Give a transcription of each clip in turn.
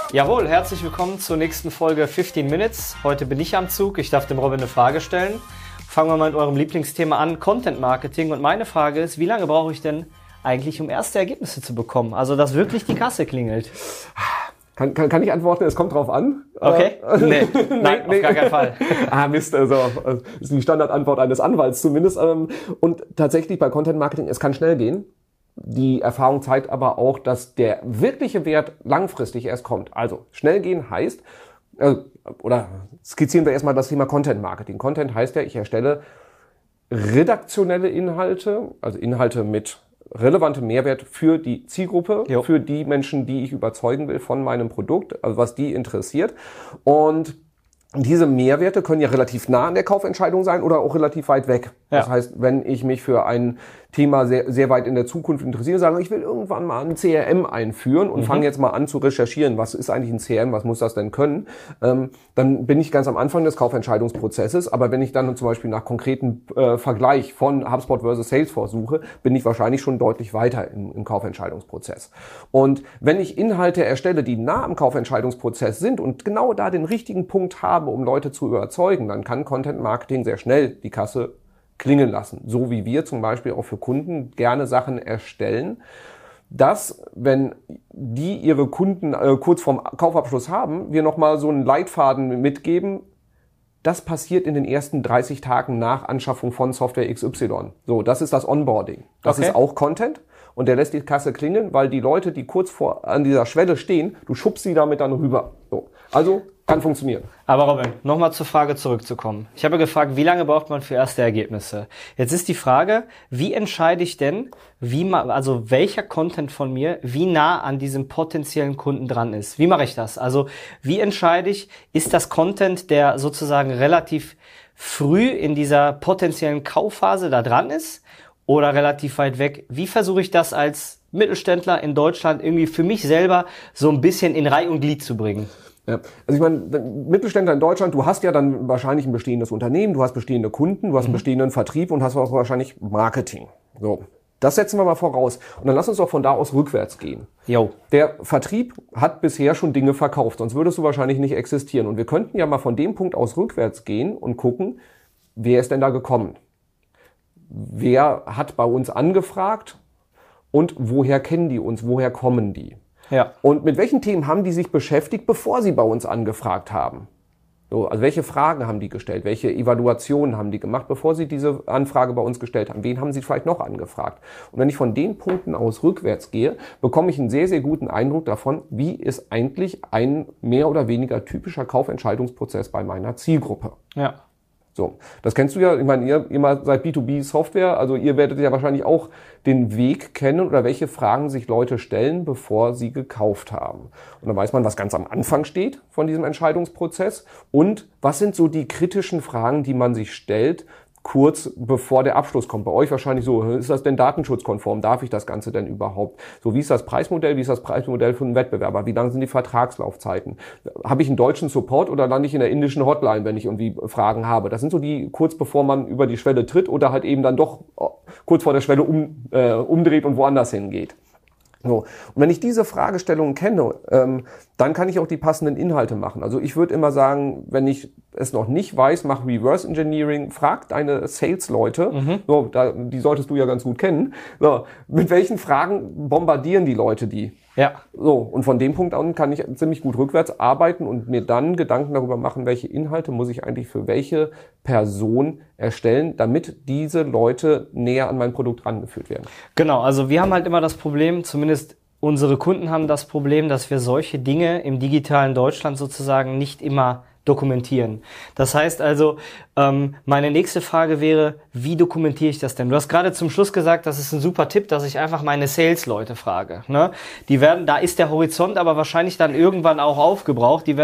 Jawohl, herzlich willkommen zur nächsten Folge 15 Minutes. Heute bin ich am Zug, ich darf dem Robin eine Frage stellen. Fangen wir mal mit eurem Lieblingsthema an, Content Marketing. Und meine Frage ist, wie lange brauche ich denn eigentlich, um erste Ergebnisse zu bekommen? Also, dass wirklich die Kasse klingelt. Kann ich antworten? Es kommt drauf an. Okay? Nee. Nein, auf gar keinen Fall. Mist, also das ist die Standardantwort eines Anwalts zumindest. Und tatsächlich bei Content Marketing, es kann schnell gehen. Die Erfahrung zeigt aber auch, dass der wirkliche Wert langfristig erst kommt. Also schnell gehen heißt, oder skizzieren wir erstmal das Thema Content Marketing. Content heißt ja, ich erstelle redaktionelle Inhalte, also Inhalte mit relevantem Mehrwert für die Zielgruppe, für die Menschen, die ich überzeugen will von meinem Produkt, also was die interessiert. Und diese Mehrwerte können ja relativ nah an der Kaufentscheidung sein oder auch relativ weit weg. Ja. Das heißt, wenn ich mich für ein Thema sehr, sehr weit in der Zukunft interessiere, sage ich will irgendwann mal ein CRM einführen und fange jetzt mal an zu recherchieren, was ist eigentlich ein CRM, was muss das denn können, dann bin ich ganz am Anfang des Kaufentscheidungsprozesses, aber wenn ich dann zum Beispiel nach konkreten Vergleich von HubSpot versus Salesforce suche, bin ich wahrscheinlich schon deutlich weiter im Kaufentscheidungsprozess. Und wenn ich Inhalte erstelle, die nah am Kaufentscheidungsprozess sind und genau da den richtigen Punkt habe, um Leute zu überzeugen, dann kann Content Marketing sehr schnell die Kasse klingen lassen. So wie wir zum Beispiel auch für Kunden gerne Sachen erstellen, dass, wenn die ihre Kunden kurz vorm Kaufabschluss haben, wir nochmal so einen Leitfaden mitgeben. Das passiert in den ersten 30 Tagen nach Anschaffung von Software XY. So, das ist das Onboarding. Das ist auch Content. Und der lässt die Kasse klingeln, weil die Leute, die kurz an dieser Schwelle stehen, du schubst sie damit dann rüber. So. Also, kann funktionieren. Aber Robin, nochmal zur Frage zurückzukommen. Ich habe gefragt, wie lange braucht man für erste Ergebnisse? Jetzt ist die Frage, wie entscheide ich denn, welcher Content von mir wie nah an diesem potenziellen Kunden dran ist? Wie mache ich das? Also, wie entscheide ich, ist das Content, der sozusagen relativ früh in dieser potenziellen Kaufphase da dran ist oder relativ weit weg? Wie versuche ich das als Mittelständler in Deutschland irgendwie für mich selber so ein bisschen in Reih und Glied zu bringen? Ja, also ich meine, Mittelständler in Deutschland, du hast ja dann wahrscheinlich ein bestehendes Unternehmen, du hast bestehende Kunden, du hast einen bestehenden Vertrieb und hast auch wahrscheinlich Marketing. So, das setzen wir mal voraus. Und dann lass uns doch von da aus rückwärts gehen. Der Vertrieb hat bisher schon Dinge verkauft, sonst würdest du wahrscheinlich nicht existieren. Und wir könnten ja mal von dem Punkt aus rückwärts gehen und gucken, wer ist denn da gekommen? Wer hat bei uns angefragt und woher kennen die uns, woher kommen die? Ja. Und mit welchen Themen haben die sich beschäftigt, bevor sie bei uns angefragt haben? So, also welche Fragen haben die gestellt? Welche Evaluationen haben die gemacht, bevor sie diese Anfrage bei uns gestellt haben? Wen haben sie vielleicht noch angefragt? Und wenn ich von den Punkten aus rückwärts gehe, bekomme ich einen sehr, sehr guten Eindruck davon, wie ist eigentlich ein mehr oder weniger typischer Kaufentscheidungsprozess bei meiner Zielgruppe. Ja. So, das kennst du ja, ich meine, ihr mal seid B2B-Software, also ihr werdet ja wahrscheinlich auch den Weg kennen oder welche Fragen sich Leute stellen, bevor sie gekauft haben. Und dann weiß man, was ganz am Anfang steht von diesem Entscheidungsprozess und was sind so die kritischen Fragen, die man sich stellt, kurz bevor der Abschluss kommt. Bei euch wahrscheinlich so, ist das denn datenschutzkonform? Darf ich das Ganze denn überhaupt? So, wie ist das Preismodell? Wie ist das Preismodell für einen Wettbewerber? Wie lang sind die Vertragslaufzeiten? Habe ich einen deutschen Support oder lande ich in der indischen Hotline, wenn ich irgendwie Fragen habe? Das sind so die, kurz bevor man über die Schwelle tritt oder halt eben dann doch kurz vor der Schwelle umdreht und woanders hingeht. So. Und wenn ich diese Fragestellungen kenne, dann kann ich auch die passenden Inhalte machen. Also ich würde immer sagen, wenn ich es noch nicht weiß, mach Reverse Engineering, frag deine Sales-Leute, so, die solltest du ja ganz gut kennen, so, mit welchen Fragen bombardieren die Leute die? Ja. So, und von dem Punkt an kann ich ziemlich gut rückwärts arbeiten und mir dann Gedanken darüber machen, welche Inhalte muss ich eigentlich für welche Person erstellen, damit diese Leute näher an mein Produkt rangeführt werden. Genau, also wir haben halt immer das Problem, zumindest unsere Kunden haben das Problem, dass wir solche Dinge im digitalen Deutschland sozusagen nicht immer dokumentieren. Das heißt also, meine nächste Frage wäre, wie dokumentiere ich das denn? Du hast gerade zum Schluss gesagt, das ist ein super Tipp, dass ich einfach meine Sales-Leute frage. Ne? Da ist der Horizont aber wahrscheinlich dann irgendwann auch aufgebraucht. Die werden dann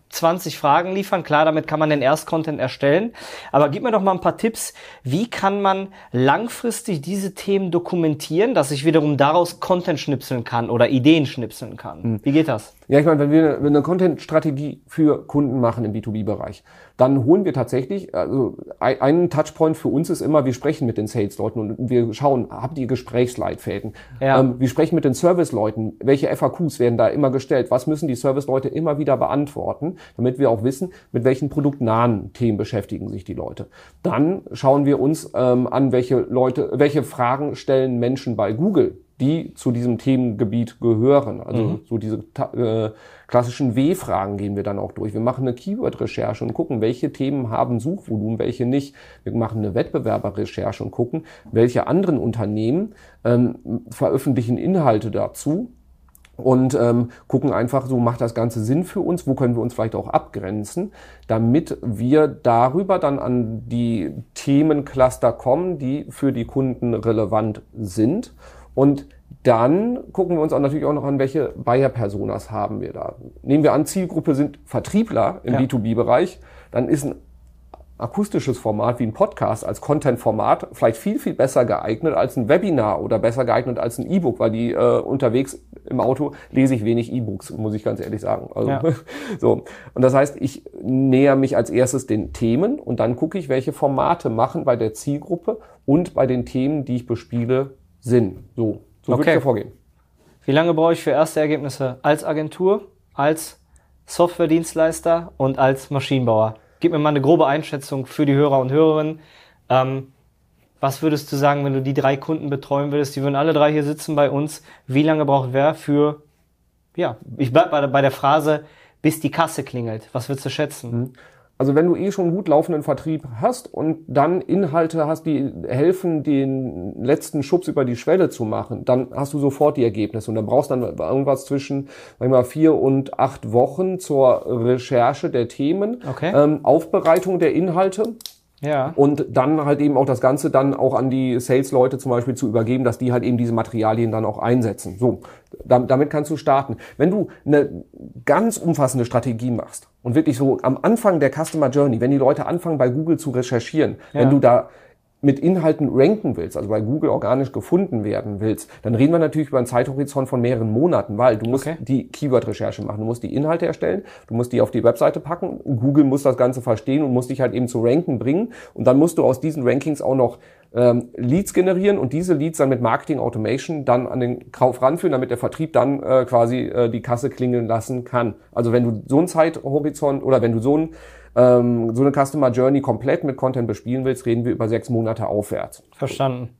20 Fragen liefern. Klar, damit kann man den Erstcontent erstellen. Aber gib mir doch mal ein paar Tipps. Wie kann man langfristig diese Themen dokumentieren, dass ich wiederum daraus Content schnipseln kann oder Ideen schnipseln kann? Wie geht das? Ja, ich meine, wenn wir eine Content-Strategie für Kunden machen im B2B-Bereich, dann holen wir tatsächlich, also ein Touchpoint für uns ist immer, wir sprechen mit den Sales-Leuten und wir schauen, habt ihr Gesprächsleitfäden? Ja. Wir sprechen mit den Service-Leuten, welche FAQs werden da immer gestellt? Was müssen die Service-Leute immer wieder beantworten, damit wir auch wissen, mit welchen produktnahen Themen beschäftigen sich die Leute. Dann schauen wir uns an, welche Fragen stellen Menschen bei Google, die zu diesem Themengebiet gehören. Also so diese klassischen W-Fragen gehen wir dann auch durch. Wir machen eine Keyword-Recherche und gucken, welche Themen haben Suchvolumen, welche nicht. Wir machen eine Wettbewerberrecherche und gucken, welche anderen Unternehmen veröffentlichen Inhalte dazu. Und gucken einfach, so macht das Ganze Sinn für uns, wo können wir uns vielleicht auch abgrenzen, damit wir darüber dann an die Themencluster kommen, die für die Kunden relevant sind. Und dann gucken wir uns auch natürlich auch noch an, welche Buyer-Personas haben wir da. Nehmen wir an, Zielgruppe sind Vertriebler im B2B-Bereich, dann ist ein akustisches Format wie ein Podcast als Content-Format vielleicht viel, viel besser geeignet als ein Webinar oder besser geeignet als ein E-Book, weil die unterwegs im Auto lese ich wenig E-Books, muss ich ganz ehrlich sagen. Also, so. Und das heißt, ich näher mich als erstes den Themen und dann gucke ich, welche Formate machen bei der Zielgruppe und bei den Themen, die ich bespiele, Sinn. So würde ich da vorgehen. Wie lange brauche ich für erste Ergebnisse als Agentur, als Software-Dienstleister und als Maschinenbauer? Gib mir mal eine grobe Einschätzung für die Hörer und Hörerinnen. Was würdest du sagen, wenn du die 3 Kunden betreuen würdest? Die würden alle 3 hier sitzen bei uns. Wie lange braucht wer für, ich bleib bei der Phrase, bis die Kasse klingelt. Was würdest du schätzen? Also wenn du schon gut laufenden Vertrieb hast und dann Inhalte hast, die helfen, den letzten Schubs über die Schwelle zu machen, dann hast du sofort die Ergebnisse. Und dann brauchst du dann irgendwas zwischen 4 und 8 Wochen zur Recherche der Themen, Aufbereitung der Inhalte. Ja. Und dann halt eben auch das Ganze dann auch an die Sales-Leute zum Beispiel zu übergeben, dass die halt eben diese Materialien dann auch einsetzen. So, damit kannst du starten. Wenn du eine ganz umfassende Strategie machst und wirklich so am Anfang der Customer Journey, wenn die Leute anfangen bei Google zu recherchieren, wenn du da mit Inhalten ranken willst, also bei Google organisch gefunden werden willst, dann reden wir natürlich über einen Zeithorizont von mehreren Monaten, weil du musst die Keyword-Recherche machen, du musst die Inhalte erstellen, du musst die auf die Webseite packen, Google muss das Ganze verstehen und muss dich halt eben zu ranken bringen und dann musst du aus diesen Rankings auch noch Leads generieren und diese Leads dann mit Marketing Automation dann an den Kauf ranführen, damit der Vertrieb dann quasi die Kasse klingeln lassen kann. Also wenn du so einen Zeithorizont oder wenn du so eine Customer Journey komplett mit Content bespielen willst, reden wir über 6 Monate aufwärts. Verstanden.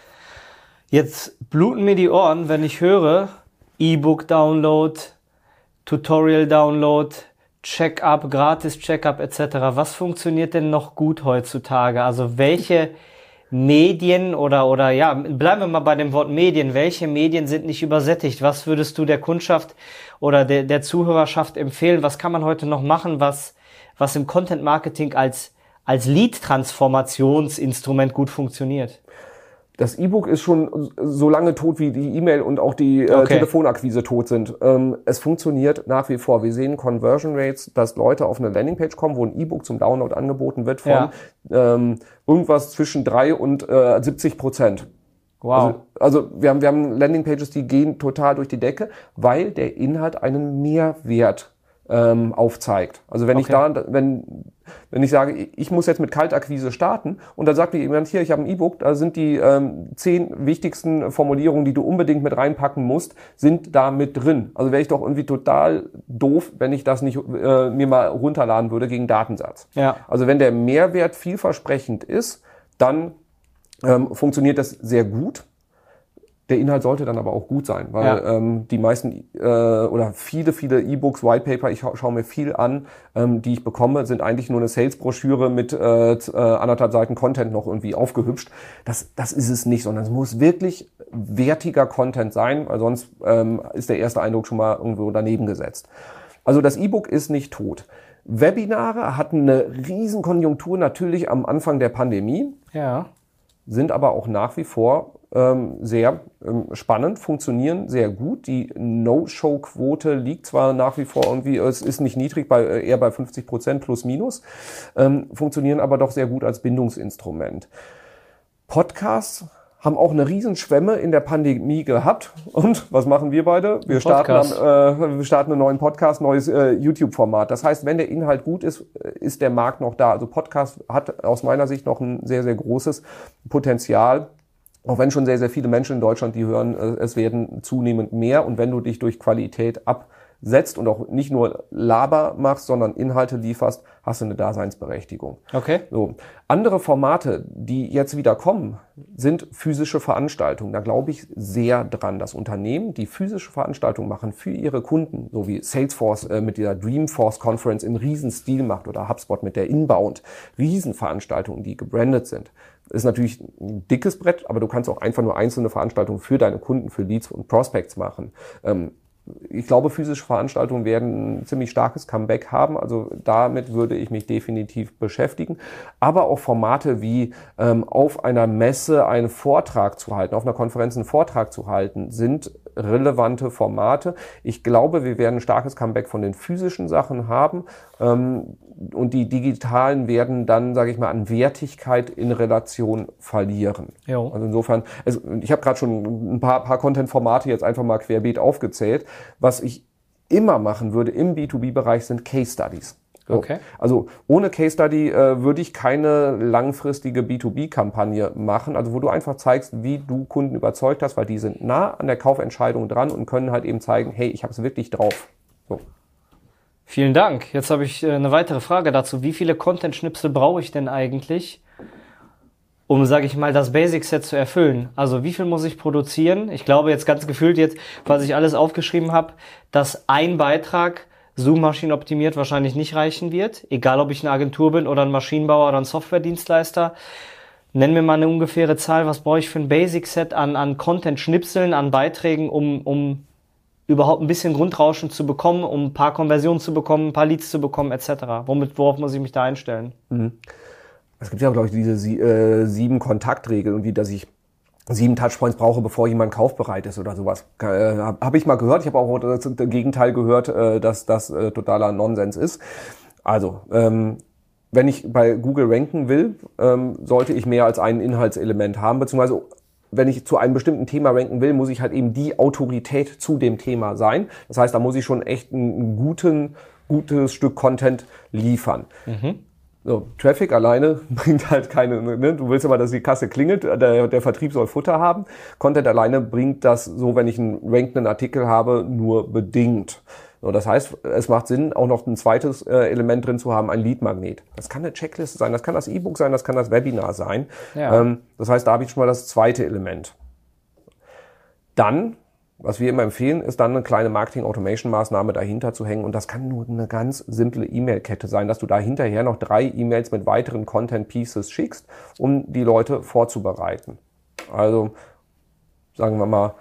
Jetzt bluten mir die Ohren, wenn ich höre, E-Book-Download, Tutorial-Download, Check-up, Gratis-Check-up etc. Was funktioniert denn noch gut heutzutage? Also welche Medien oder bleiben wir mal bei dem Wort Medien. Welche Medien sind nicht übersättigt? Was würdest du der Kundschaft oder der Zuhörerschaft empfehlen? Was kann man heute noch machen, was im Content Marketing als Lead-Transformationsinstrument gut funktioniert? Das E-Book ist schon so lange tot, wie die E-Mail und auch die Telefonakquise tot sind. Es funktioniert nach wie vor. Wir sehen Conversion Rates, dass Leute auf eine Landingpage kommen, wo ein E-Book zum Download angeboten wird von irgendwas zwischen 3 und 70%. Wow. Also wir haben Landingpages, die gehen total durch die Decke, weil der Inhalt einen Mehrwert aufzeigt. Also wenn wenn ich sage, ich muss jetzt mit Kaltakquise starten und dann sagt mir jemand, hier, ich habe ein E-Book, da sind die 10 wichtigsten Formulierungen, die du unbedingt mit reinpacken musst, sind da mit drin. Also wäre ich doch irgendwie total doof, wenn ich das nicht mir mal runterladen würde gegen Datensatz. Ja. Also wenn der Mehrwert vielversprechend ist, dann funktioniert das sehr gut. Der Inhalt sollte dann aber auch gut sein, weil die meisten oder viele E-Books, Whitepaper, ich schaue mir viel an, die ich bekomme, sind eigentlich nur eine Sales-Broschüre mit 1,5 Seiten Content noch irgendwie aufgehübscht. Das ist es nicht, sondern es muss wirklich wertiger Content sein, weil sonst ist der erste Eindruck schon mal irgendwo daneben gesetzt. Also das E-Book ist nicht tot. Webinare hatten eine riesen Konjunktur natürlich am Anfang der Pandemie. Ja. sind aber auch nach wie vor sehr spannend, funktionieren sehr gut. Die No-Show-Quote liegt zwar nach wie vor irgendwie, es ist nicht niedrig, eher bei 50% plus minus, funktionieren aber doch sehr gut als Bindungsinstrument. Podcasts haben auch eine Riesenschwemme in der Pandemie gehabt. Und was machen wir beide? Wir starten einen neuen Podcast, neues YouTube-Format. Das heißt, wenn der Inhalt gut ist, ist der Markt noch da. Also Podcast hat aus meiner Sicht noch ein sehr, sehr großes Potenzial. Auch wenn schon sehr, sehr viele Menschen in Deutschland, die hören, es werden zunehmend mehr. Und wenn du dich durch Qualität absetzt und auch nicht nur Laber machst, sondern Inhalte lieferst, hast du eine Daseinsberechtigung. Okay. So. Andere Formate, die jetzt wieder kommen, sind physische Veranstaltungen. Da glaube ich sehr dran, dass Unternehmen, die physische Veranstaltungen machen für ihre Kunden, so wie Salesforce mit der Dreamforce Conference im Riesenstil macht oder HubSpot mit der Inbound, Riesenveranstaltungen, die gebrandet sind. Ist natürlich ein dickes Brett, aber du kannst auch einfach nur einzelne Veranstaltungen für deine Kunden, für Leads und Prospects machen. Ich glaube, physische Veranstaltungen werden ein ziemlich starkes Comeback haben. Also damit würde ich mich definitiv beschäftigen. Aber auch Formate wie auf einer Messe einen Vortrag zu halten, auf einer Konferenz einen Vortrag zu halten, sind relevante Formate. Ich glaube, wir werden ein starkes Comeback von den physischen Sachen haben. Und die digitalen werden dann, sage ich mal, an Wertigkeit in Relation verlieren. Jo. Also insofern, ich habe gerade schon ein paar Content-Formate jetzt einfach mal querbeet aufgezählt. Was ich immer machen würde im B2B-Bereich sind Case-Studies. So. Okay. Also ohne Case-Study würde ich keine langfristige B2B-Kampagne machen, also wo du einfach zeigst, wie du Kunden überzeugt hast, weil die sind nah an der Kaufentscheidung dran und können halt eben zeigen, hey, ich habe es wirklich drauf. So. Vielen Dank. Jetzt habe ich eine weitere Frage dazu. Wie viele Content-Schnipsel brauche ich denn eigentlich, um, sage ich mal, das Basic-Set zu erfüllen? Also wie viel muss ich produzieren? Ich glaube jetzt ganz gefühlt jetzt, was ich alles aufgeschrieben habe, dass ein Beitrag Zoom-Maschinen-optimiert wahrscheinlich nicht reichen wird. Egal, ob ich eine Agentur bin oder ein Maschinenbauer oder ein Software-Dienstleister. Nenn mir mal eine ungefähre Zahl. Was brauche ich für ein Basic-Set an Content-Schnipseln, an Beiträgen, um überhaupt ein bisschen Grundrauschen zu bekommen, um ein paar Konversionen zu bekommen, ein paar Leads zu bekommen, etc. Worauf muss ich mich da einstellen? Es gibt ja, glaube ich, diese 7 Kontaktregeln und dass ich 7 Touchpoints brauche, bevor jemand kaufbereit ist oder sowas. Habe ich mal gehört. Ich habe auch das Gegenteil gehört, dass das totaler Nonsens ist. Also, wenn ich bei Google ranken will, sollte ich mehr als ein Inhaltselement haben, beziehungsweise wenn ich zu einem bestimmten Thema ranken will, muss ich halt eben die Autorität zu dem Thema sein. Das heißt, da muss ich schon echt ein gutes Stück Content liefern. So, Traffic alleine bringt halt keine, ne? Du willst aber, dass die Kasse klingelt, der Vertrieb soll Futter haben. Content alleine bringt das so, wenn ich einen rankenden Artikel habe, nur bedingt. So, das heißt, es macht Sinn, auch noch ein zweites Element drin zu haben, ein Lead-Magnet. Das kann eine Checkliste sein, das kann das E-Book sein, das kann das Webinar sein. Ja. Das heißt, da habe ich schon mal das zweite Element. Dann, was wir immer empfehlen, ist dann eine kleine Marketing-Automation-Maßnahme dahinter zu hängen. Und das kann nur eine ganz simple E-Mail-Kette sein, dass du da hinterher noch 3 E-Mails mit weiteren Content-Pieces schickst, um die Leute vorzubereiten. Also, sagen wir mal,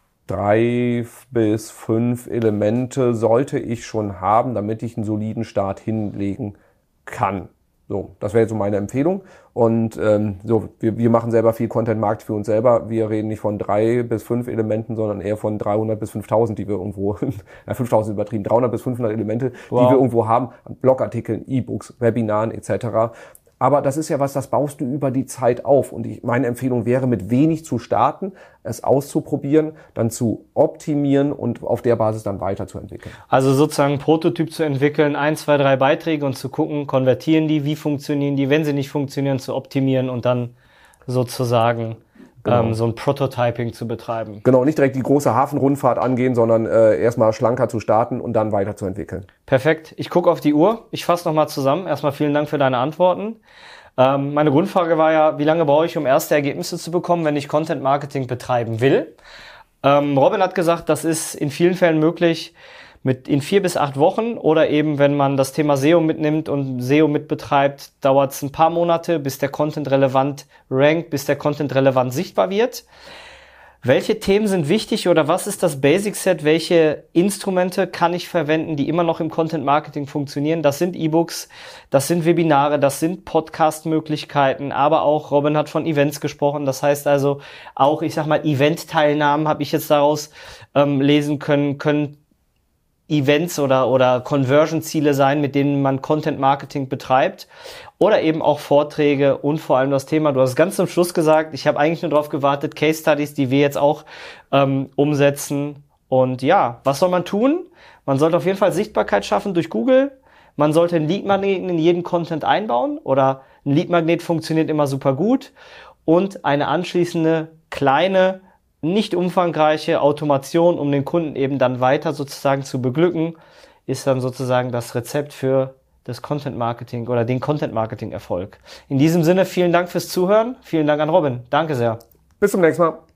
3 bis 5 Elemente sollte ich schon haben, damit ich einen soliden Start hinlegen kann. So, das wäre jetzt so meine Empfehlung. Und wir machen selber viel Content-Markt für uns selber. Wir reden nicht von 3 bis 5 Elementen, sondern eher von 300 bis 5000, die wir irgendwo, 5000 übertrieben, 300 bis 500 Elemente, die wir irgendwo haben, an Blogartikeln, E-Books, Webinaren etc. Aber das ist ja was, das baust du über die Zeit auf. Und meine Empfehlung wäre, mit wenig zu starten, es auszuprobieren, dann zu optimieren und auf der Basis dann weiterzuentwickeln. Also sozusagen einen Prototyp zu entwickeln, 1, 2, 3 Beiträge und zu gucken, konvertieren die, wie funktionieren die, wenn sie nicht funktionieren, zu optimieren und dann sozusagen so ein Prototyping zu betreiben. Genau, nicht direkt die große Hafenrundfahrt angehen, sondern erstmal schlanker zu starten und dann weiterzuentwickeln. Perfekt. Ich gucke auf die Uhr. Ich fasse nochmal zusammen. Erstmal vielen Dank für deine Antworten. Meine Grundfrage war ja, wie lange brauche ich, um erste Ergebnisse zu bekommen, wenn ich Content Marketing betreiben will? Robin hat gesagt, das ist in vielen Fällen möglich in 4 bis 8 Wochen oder eben, wenn man das Thema SEO mitnimmt und SEO mitbetreibt, dauert es ein paar Monate, bis der Content relevant rankt, bis der Content relevant sichtbar wird. Welche Themen sind wichtig oder was ist das Basic Set? Welche Instrumente kann ich verwenden, die immer noch im Content Marketing funktionieren? Das sind E-Books, das sind Webinare, das sind Podcast-Möglichkeiten, aber auch Robin hat von Events gesprochen. Das heißt also auch, ich sag mal, Event-Teilnahmen habe ich jetzt daraus lesen können Events oder Conversion-Ziele sein, mit denen man Content-Marketing betreibt oder eben auch Vorträge und vor allem das Thema, du hast es ganz zum Schluss gesagt, ich habe eigentlich nur darauf gewartet, Case-Studies, die wir jetzt auch umsetzen. Und ja, was soll man tun? Man sollte auf jeden Fall Sichtbarkeit schaffen durch Google. Man sollte einen Lead-Magneten in jeden Content einbauen oder ein Lead-Magnet funktioniert immer super gut und eine anschließende kleine nicht umfangreiche Automation, um den Kunden eben dann weiter sozusagen zu beglücken, ist dann sozusagen das Rezept für das Content Marketing oder den Content Marketing Erfolg. In diesem Sinne, vielen Dank fürs Zuhören. Vielen Dank an Robin. Danke sehr. Bis zum nächsten Mal.